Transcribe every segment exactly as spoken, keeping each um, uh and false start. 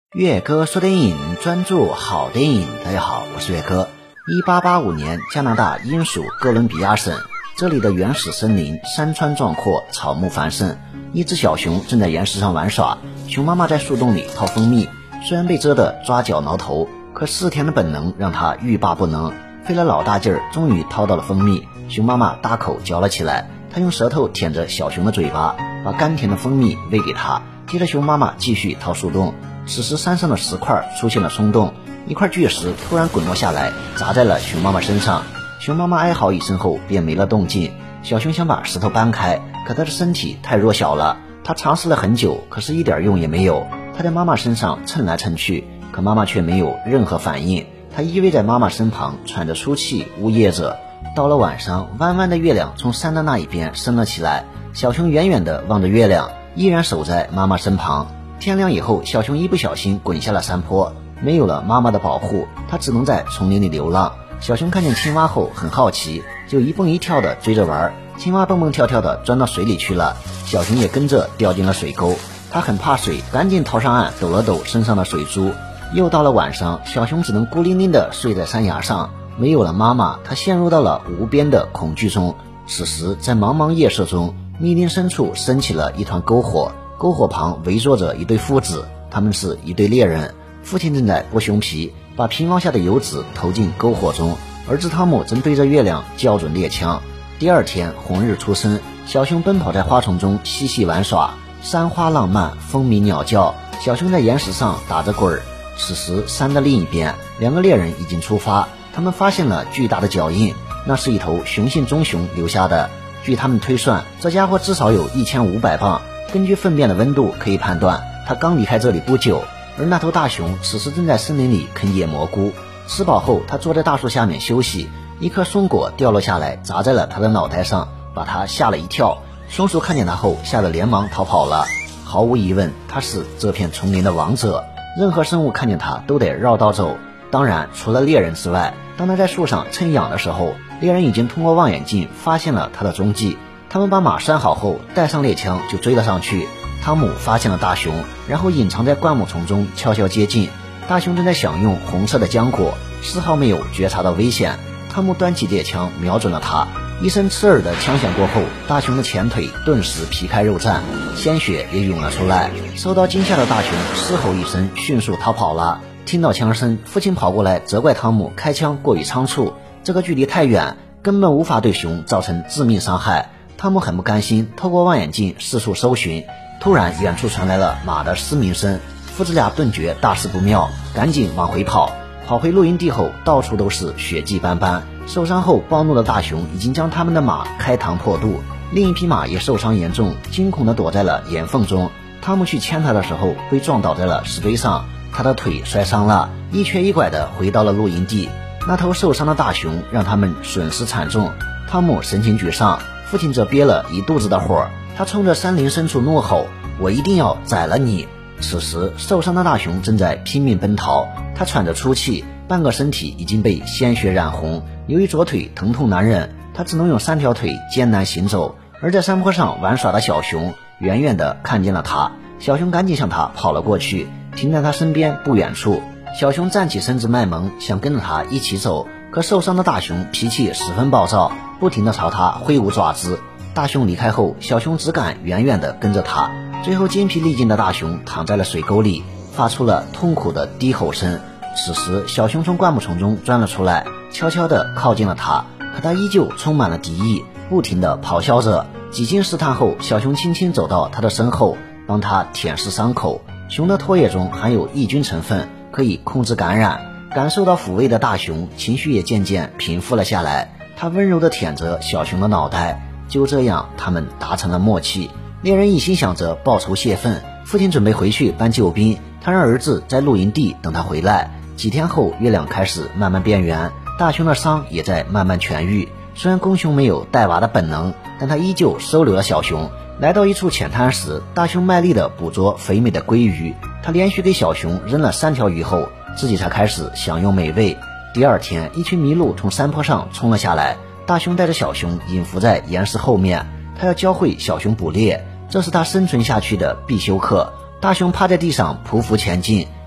岳哥说电影，专注好电影。大家好，我是岳哥。一八八五年，加拿大英属哥伦比亚省，这里的原始森林山川壮阔，草木繁盛。一只小熊正在岩石上玩耍，熊妈妈在树洞里掏蜂蜜，虽然被蛰得抓脚挠头，可嗜甜的本能让它欲罢不能，费了老大劲儿，终于掏到了蜂蜜。熊妈妈大口嚼了起来，她用舌头舔着小熊的嘴巴，把甘甜的蜂蜜喂给它。接着熊妈妈继续掏树洞。此时山上的石块出现了松动，一块巨石突然滚落下来，砸在了熊妈妈身上。熊妈妈哀嚎一声后便没了动静。小熊想把石头搬开，可它的身体太弱小了，它尝试了很久，可是一点用也没有。它在妈妈身上蹭来蹭去，可妈妈却没有任何反应。它依偎在妈妈身旁，喘着粗气，呜咽着。到了晚上，弯弯的月亮从山的那一边升了起来，小熊远远地望着月亮，依然守在妈妈身旁。天亮以后，小熊一不小心滚下了山坡，没有了妈妈的保护，它只能在丛林里流浪。小熊看见青蛙后很好奇，就一蹦一跳的追着玩，青蛙蹦蹦跳跳的钻到水里去了，小熊也跟着掉进了水沟。它很怕水，赶紧逃上岸，抖了抖身上的水珠。又到了晚上，小熊只能孤零零的睡在山崖上，没有了妈妈，它陷入到了无边的恐惧中。此时在茫茫夜色中，密林深处升起了一团篝火，篝火旁围坐着一对父子，他们是一对猎人。父亲正在剥熊皮，把皮毛下的油脂投进篝火中，儿子汤姆正对着月亮校准猎枪。第二天红日初升，小熊奔跑在花丛中嬉戏玩耍，山花浪漫，蜂鸣鸟叫，小熊在岩石上打着滚儿。此时山的另一边，两个猎人已经出发，他们发现了巨大的脚印，那是一头雄性棕熊留下的。据他们推算，这家伙至少有一千五百磅，根据粪便的温度可以判断，他刚离开这里不久。而那头大熊此时正在森林里啃野蘑菇，吃饱后他坐在大树下面休息，一颗松果掉落下来砸在了他的脑袋上，把他吓了一跳。松鼠看见他后吓得连忙逃跑了。毫无疑问，他是这片丛林的王者，任何生物看见他都得绕道走。当然除了猎人之外，当他在树上蹭痒的时候，猎人已经通过望远镜发现了他的踪迹。他们把马拴好后带上猎枪就追了上去。汤姆发现了大熊，然后隐藏在灌木丛中悄悄接近。大熊正在享用红色的浆果，丝毫没有觉察到危险。汤姆端起猎枪瞄准了他，一声刺耳的枪响过后，大熊的前腿顿时皮开肉绽，鲜血也涌了出来。受到惊吓的大熊嘶吼一声，迅速逃跑了。听到枪声，父亲跑过来责怪汤姆开枪过于仓促，这个距离太远，根本无法对熊造成致命伤害。汤姆很不甘心，透过望远镜四处搜寻。突然远处传来了马的嘶鸣声，父子俩顿觉大事不妙，赶紧往回跑。跑回露营地后，到处都是血迹斑斑，受伤后暴怒的大熊已经将他们的马开膛破肚，另一匹马也受伤严重，惊恐地躲在了岩缝中。汤姆去牵它的时候被撞倒在了石堆上，他的腿摔伤了，一瘸一拐地回到了露营地。那头受伤的大熊让他们损失惨重，汤姆神情沮丧，父亲则憋了一肚子的火，他冲着山林深处怒吼：我一定要宰了你！此时受伤的大熊正在拼命奔逃，他喘着粗气，半个身体已经被鲜血染红，由于左腿疼痛难忍，他只能用三条腿艰难行走。而在山坡上玩耍的小熊远远地看见了他，小熊赶紧向他跑了过去，停在他身边不远处。小熊站起身子卖萌，想跟着他一起走，可受伤的大熊脾气十分暴躁，不停地朝他挥舞爪子。大熊离开后，小熊只敢远远地跟着他，最后筋疲力尽的大熊躺在了水沟里，发出了痛苦的低吼声。此时小熊从灌木丛中钻了出来，悄悄地靠近了他，可他依旧充满了敌意，不停地咆哮着。几经试探后，小熊轻轻走到他的身后，帮他舔舐伤口。熊的唾液中含有抑菌成分，可以控制感染。感受到抚慰的大熊情绪也渐渐平复了下来，他温柔地舔着小熊的脑袋。就这样他们达成了默契。猎人一心想着报仇泄愤，父亲准备回去搬救兵，他让儿子在露营地等他回来。几天后，月亮开始慢慢变圆，大熊的伤也在慢慢痊愈。虽然公熊没有带娃的本能，但他依旧收留了小熊。来到一处浅滩时，大熊卖力地捕捉肥美的鲑鱼，他连续给小熊扔了三条鱼后，自己才开始享用美味。第二天，一群麋鹿从山坡上冲了下来，大熊带着小熊隐伏在岩石后面，他要教会小熊捕猎，这是他生存下去的必修课。大熊趴在地上匍匐前进，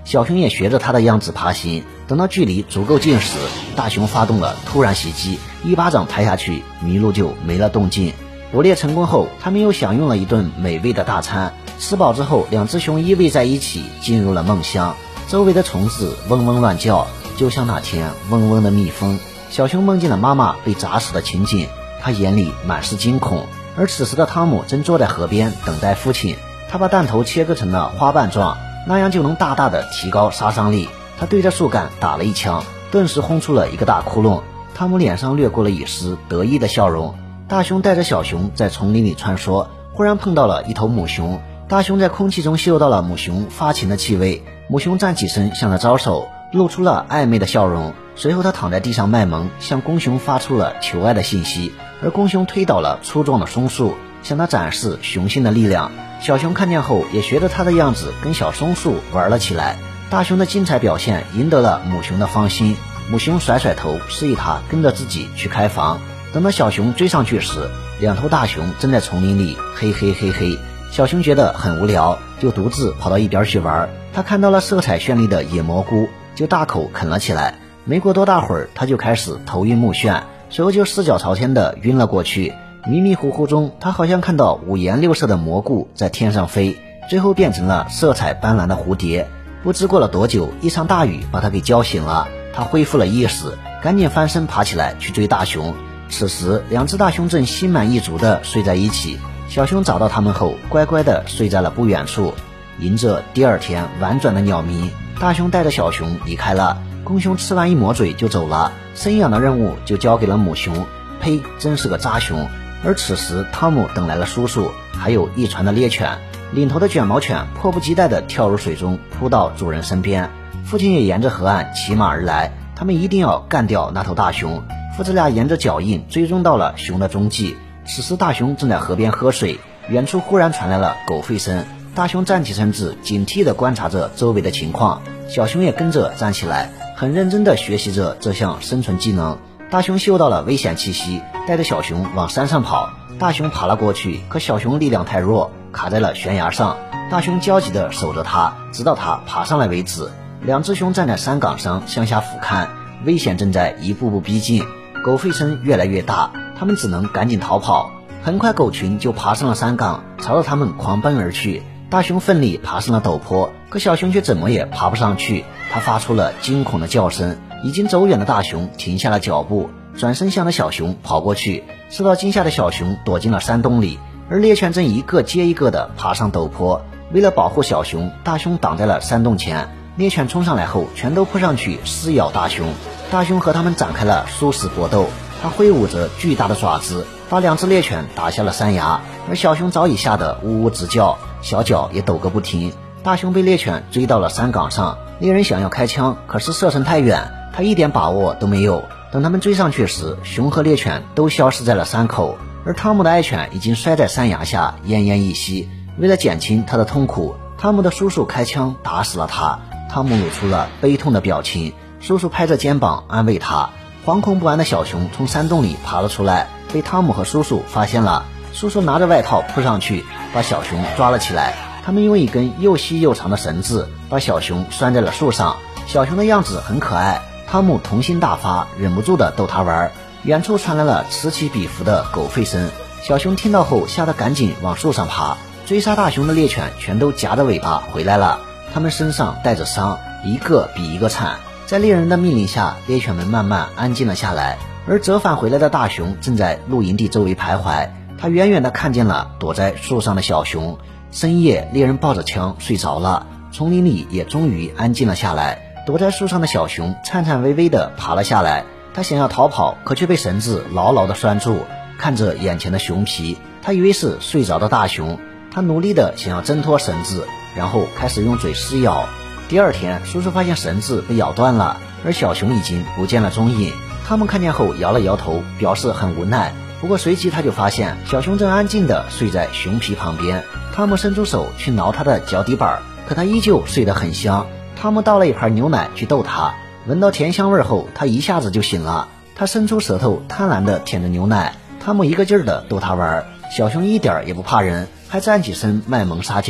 小熊也学着他的样子爬行。等到距离足够近时，大熊发动了突然袭击，一巴掌拍下去，麋鹿就没了动静。捕猎成功后，他们又享用了一顿美味的大餐。吃饱之后，两只熊依偎在一起，进入了梦乡。周围的虫子嗡嗡乱叫，就像那天嗡嗡的蜜蜂。小熊梦见了妈妈被砸死的情景，他眼里满是惊恐。而此时的汤姆正坐在河边等待父亲，他把弹头切割成了花瓣状，那样就能大大的提高杀伤力。他对着树干打了一枪，顿时轰出了一个大窟窿。汤姆脸上掠过了一丝得意的笑容。大熊带着小熊在丛林里穿梭，忽然碰到了一头母熊。大熊在空气中嗅到了母熊发情的气味，母熊站起身向他招手，露出了暧昧的笑容。随后他躺在地上卖萌，向公熊发出了求爱的信息。而公熊推倒了粗壮的松树，向他展示雄性的力量。小熊看见后也学着他的样子跟小松树玩了起来。大熊的精彩表现赢得了母熊的芳心，母熊甩甩头示意他跟着自己去开房。等到小熊追上去时，两头大熊正在丛林里嘿嘿嘿嘿。小熊觉得很无聊，就独自跑到一边去玩。他看到了色彩绚丽的野蘑菇，就大口啃了起来。没过多大会儿，他就开始头晕目眩，随后就四脚朝天的晕了过去。迷迷糊糊中，他好像看到五颜六色的蘑菇在天上飞，最后变成了色彩斑斓的蝴蝶。不知过了多久，一场大雨把他给浇醒了，他恢复了意识，赶紧翻身爬起来去追大熊。此时两只大熊正心满意足地睡在一起，小熊找到他们后乖乖地睡在了不远处。迎着第二天婉转的鸟鸣，大熊带着小熊离开了。公熊吃完一抹嘴就走了，生养的任务就交给了母熊。呸，真是个渣熊。而此时汤姆等来了叔叔，还有一船的猎犬。领头的卷毛犬迫不及待地跳入水中，扑到主人身边。父亲也沿着河岸骑马而来，他们一定要干掉那头大熊。父子俩沿着脚印追踪到了熊的踪迹。此时大熊正在河边喝水，远处忽然传来了狗吠声。大熊站起身子，警惕地观察着周围的情况。小熊也跟着站起来，很认真地学习着这项生存技能。大熊嗅到了危险气息，带着小熊往山上跑。大熊爬了过去，可小熊力量太弱，卡在了悬崖上。大熊焦急地守着它，直到它爬上来为止。两只熊站在山岗上向下俯瞰，危险正在一步步逼近。狗吠声越来越大，他们只能赶紧逃跑。很快狗群就爬上了山岗，朝着他们狂奔而去。大熊奋力爬上了陡坡，可小熊却怎么也爬不上去。它发出了惊恐的叫声。已经走远的大熊停下了脚步，转身向着小熊跑过去。受到惊吓的小熊躲进了山洞里，而猎犬正一个接一个地爬上陡坡。为了保护小熊，大熊挡在了山洞前。猎犬冲上来后，全都扑上去撕咬大熊。大熊和他们展开了殊死搏斗，它挥舞着巨大的爪子，把两只猎犬打下了山崖。而小熊早已吓得呜呜直叫，小脚也抖个不停。大熊被猎犬追到了山岗上，猎人想要开枪，可是射程太远，他一点把握都没有。等他们追上去时，熊和猎犬都消失在了山口，而汤姆的爱犬已经摔在山崖下奄奄一息。为了减轻他的痛苦，汤姆的叔叔开枪打死了他。汤姆露出了悲痛的表情，叔叔拍着肩膀安慰他。惶恐不安的小熊从山洞里爬了出来，被汤姆和叔叔发现了。叔叔拿着外套扑上去，把小熊抓了起来。他们用一根又细又长的绳子把小熊拴在了树上。小熊的样子很可爱，汤姆童心大发，忍不住地逗它玩。远处传来了此起彼伏的狗吠声，小熊听到后吓得赶紧往树上爬。追杀大熊的猎犬全都夹着尾巴回来了，它们身上带着伤，一个比一个惨。在猎人的命令下，猎犬们慢慢安静了下来，而折返回来的大熊正在露营地周围徘徊。他远远地看见了躲在树上的小熊。深夜，猎人抱着枪睡着了，丛林里也终于安静了下来。躲在树上的小熊颤颤巍巍地爬了下来，他想要逃跑，可却被绳子牢牢地拴住。看着眼前的熊皮，他以为是睡着的大熊，他努力地想要挣脱绳子，然后开始用嘴撕咬。第二天，叔叔发现绳子被咬断了，而小熊已经不见了踪影。他们看见后摇了摇头，表示很无奈。不过随即他就发现小熊正安静地睡在熊皮旁边。汤姆伸出手去挠他的脚底板，可他依旧睡得很香。汤姆倒了一盘牛奶去逗他，闻到甜香味后，他一下子就醒了。他伸出舌头贪婪地舔着牛奶，汤姆一个劲儿地逗他玩。小熊一点也不怕人，还站起身卖萌撒娇。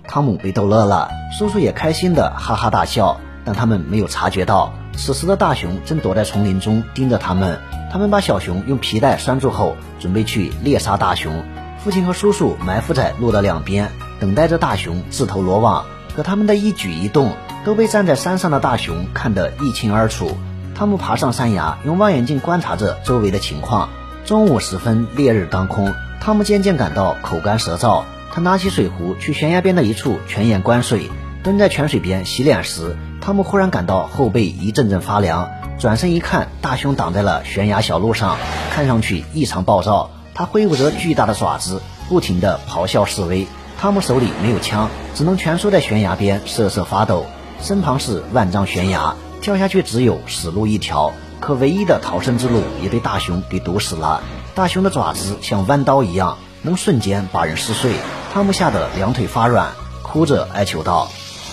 汤姆被逗乐了，叔叔也开心的哈哈大笑，但他们没有察觉到，此时的大熊正躲在丛林中盯着他们。他们把小熊用皮带拴住后，准备去猎杀大熊。父亲和叔叔埋伏在路的两边，等待着大熊自投罗网。可他们的一举一动都被站在山上的大熊看得一清二楚。汤姆爬上山崖，用望远镜观察着周围的情况。中午时分，烈日当空，汤姆渐渐感到口干舌燥。他拿起水壶去悬崖边的一处泉眼观水，蹲在泉水边洗脸时，汤姆忽然感到后背一阵阵发凉，转身一看，大熊挡在了悬崖小路上，看上去异常暴躁。他挥舞着巨大的爪子，不停地咆哮示威。汤姆手里没有枪，只能蜷缩在悬崖边瑟瑟发抖。身旁是万丈悬崖，跳下去只有死路一条，可唯一的逃生之路也被大熊给堵死了。大熊的爪子像弯刀一样，能瞬间把人撕碎。汤姆吓得两腿发软，哭着哀求道：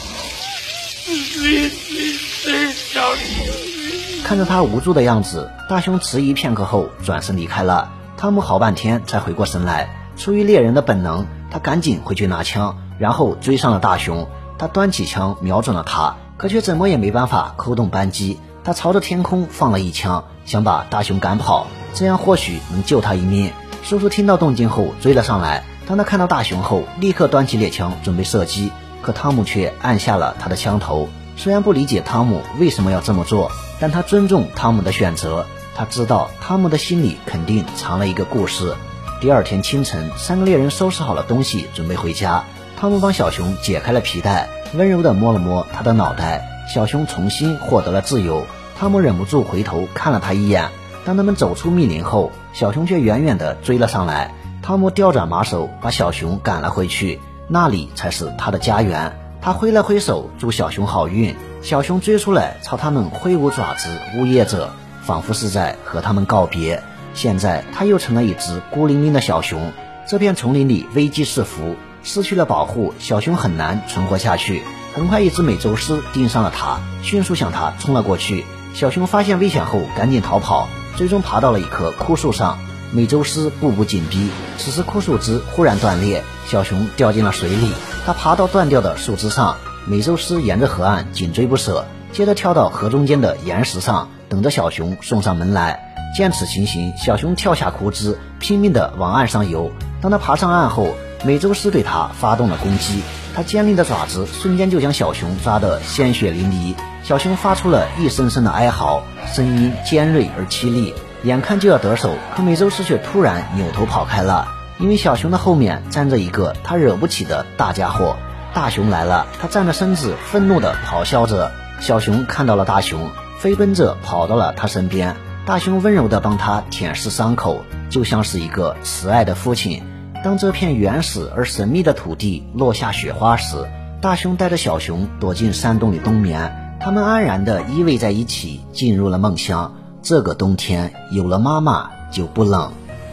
看着他无助的样子，大熊迟疑片刻后转身离开了。汤姆好半天才回过神来，出于猎人的本能，他赶紧回去拿枪，然后追上了大熊。他端起枪瞄准了他，可却怎么也没办法扣动扳机。他朝着天空放了一枪，想把大熊赶跑，这样或许能救他一命。叔叔听到动静后追了上来，当他看到大熊后，立刻端起猎枪准备射击，可汤姆却按下了他的枪头。虽然不理解汤姆为什么要这么做，但他尊重汤姆的选择。他知道汤姆的心里肯定藏了一个故事。第二天清晨，三个猎人收拾好了东西准备回家。汤姆帮小熊解开了皮带，温柔地摸了摸他的脑袋，小熊重新获得了自由。汤姆忍不住回头看了他一眼，当他们走出密林后，小熊却远远地追了上来。汤姆调转马手，把小熊赶了回去，那里才是他的家园。他挥了挥手，祝小熊好运。小熊追出来，朝他们挥舞爪子，呜咽着，仿佛是在和他们告别。现在他又成了一只孤零零的小熊。这片丛林里危机四伏，失去了保护，小熊很难存活下去。很快一只美洲狮盯上了他，迅速向他冲了过去。小熊发现危险后赶紧逃跑，最终爬到了一棵枯树上。美洲狮步步紧逼，此时枯树枝忽然断裂，小熊掉进了水里。他爬到断掉的树枝上，美洲狮沿着河岸紧追不舍，接着跳到河中间的岩石上，等着小熊送上门来。见此情形，小熊跳下枯枝，拼命地往岸上游。当他爬上岸后，美洲狮对他发动了攻击，他尖利的爪子瞬间就将小熊抓得鲜血淋漓。小熊发出了一声声的哀嚎，声音尖锐而凄厉，眼看就要得手，可美洲狮却突然扭头跑开了，因为小熊的后面站着一个他惹不起的大家伙。大熊来了，他站着身子愤怒地咆哮着。小熊看到了大熊，飞奔着跑到了他身边。大熊温柔地帮他舔舐伤口，就像是一个慈爱的父亲。当这片原始而神秘的土地落下雪花时，大熊带着小熊躲进山洞里冬眠，他们安然地依偎在一起，进入了梦乡。这个冬天有了妈妈就不冷。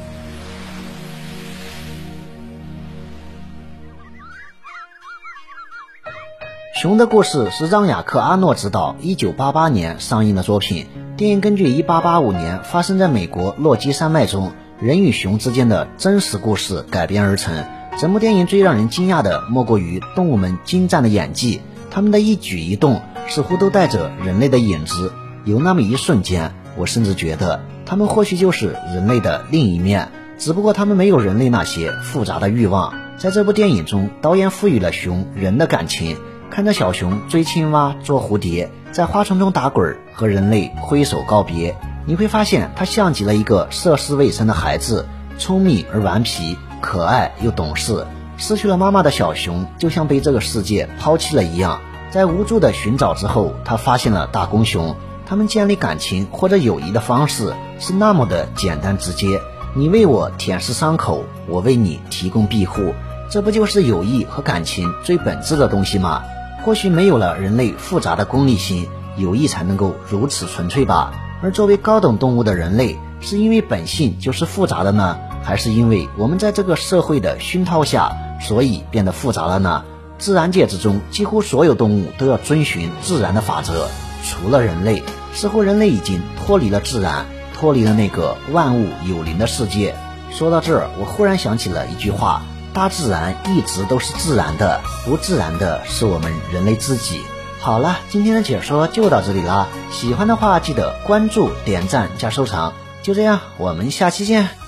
熊的故事是让雅克·阿诺执导一九八八年上映的作品。电影根据一八八五年发生在美国落基山脉中人与熊之间的真实故事改编而成。整部电影最让人惊讶的莫过于动物们精湛的演技，他们的一举一动似乎都带着人类的影子。有那么一瞬间，我甚至觉得他们或许就是人类的另一面，只不过他们没有人类那些复杂的欲望。在这部电影中，导演赋予了熊人的感情，看着小熊追青蛙、捉蝴蝶，在花丛中打滚，和人类挥手告别，你会发现它像极了一个涉世未深的孩子，聪明而顽皮，可爱又懂事。失去了妈妈的小熊就像被这个世界抛弃了一样，在无助的寻找之后，他发现了大公熊。他们建立感情或者友谊的方式是那么的简单直接，你为我舔舐伤口，我为你提供庇护，这不就是友谊和感情最本质的东西吗？或许没有了人类复杂的功利心，友谊才能够如此纯粹吧。而作为高等动物的人类，是因为本性就是复杂的呢，还是因为我们在这个社会的熏陶下，所以变得复杂了呢？自然界之中，几乎所有动物都要遵循自然的法则，除了人类。似乎人类已经脱离了自然，脱离了那个万物有灵的世界。说到这儿，我忽然想起了一句话， 大自然一直都是自然的，不自然的是我们人类自己。好了，今天的解说就到这里啦，喜欢的话记得关注、点赞加收藏。就这样，我们下期见。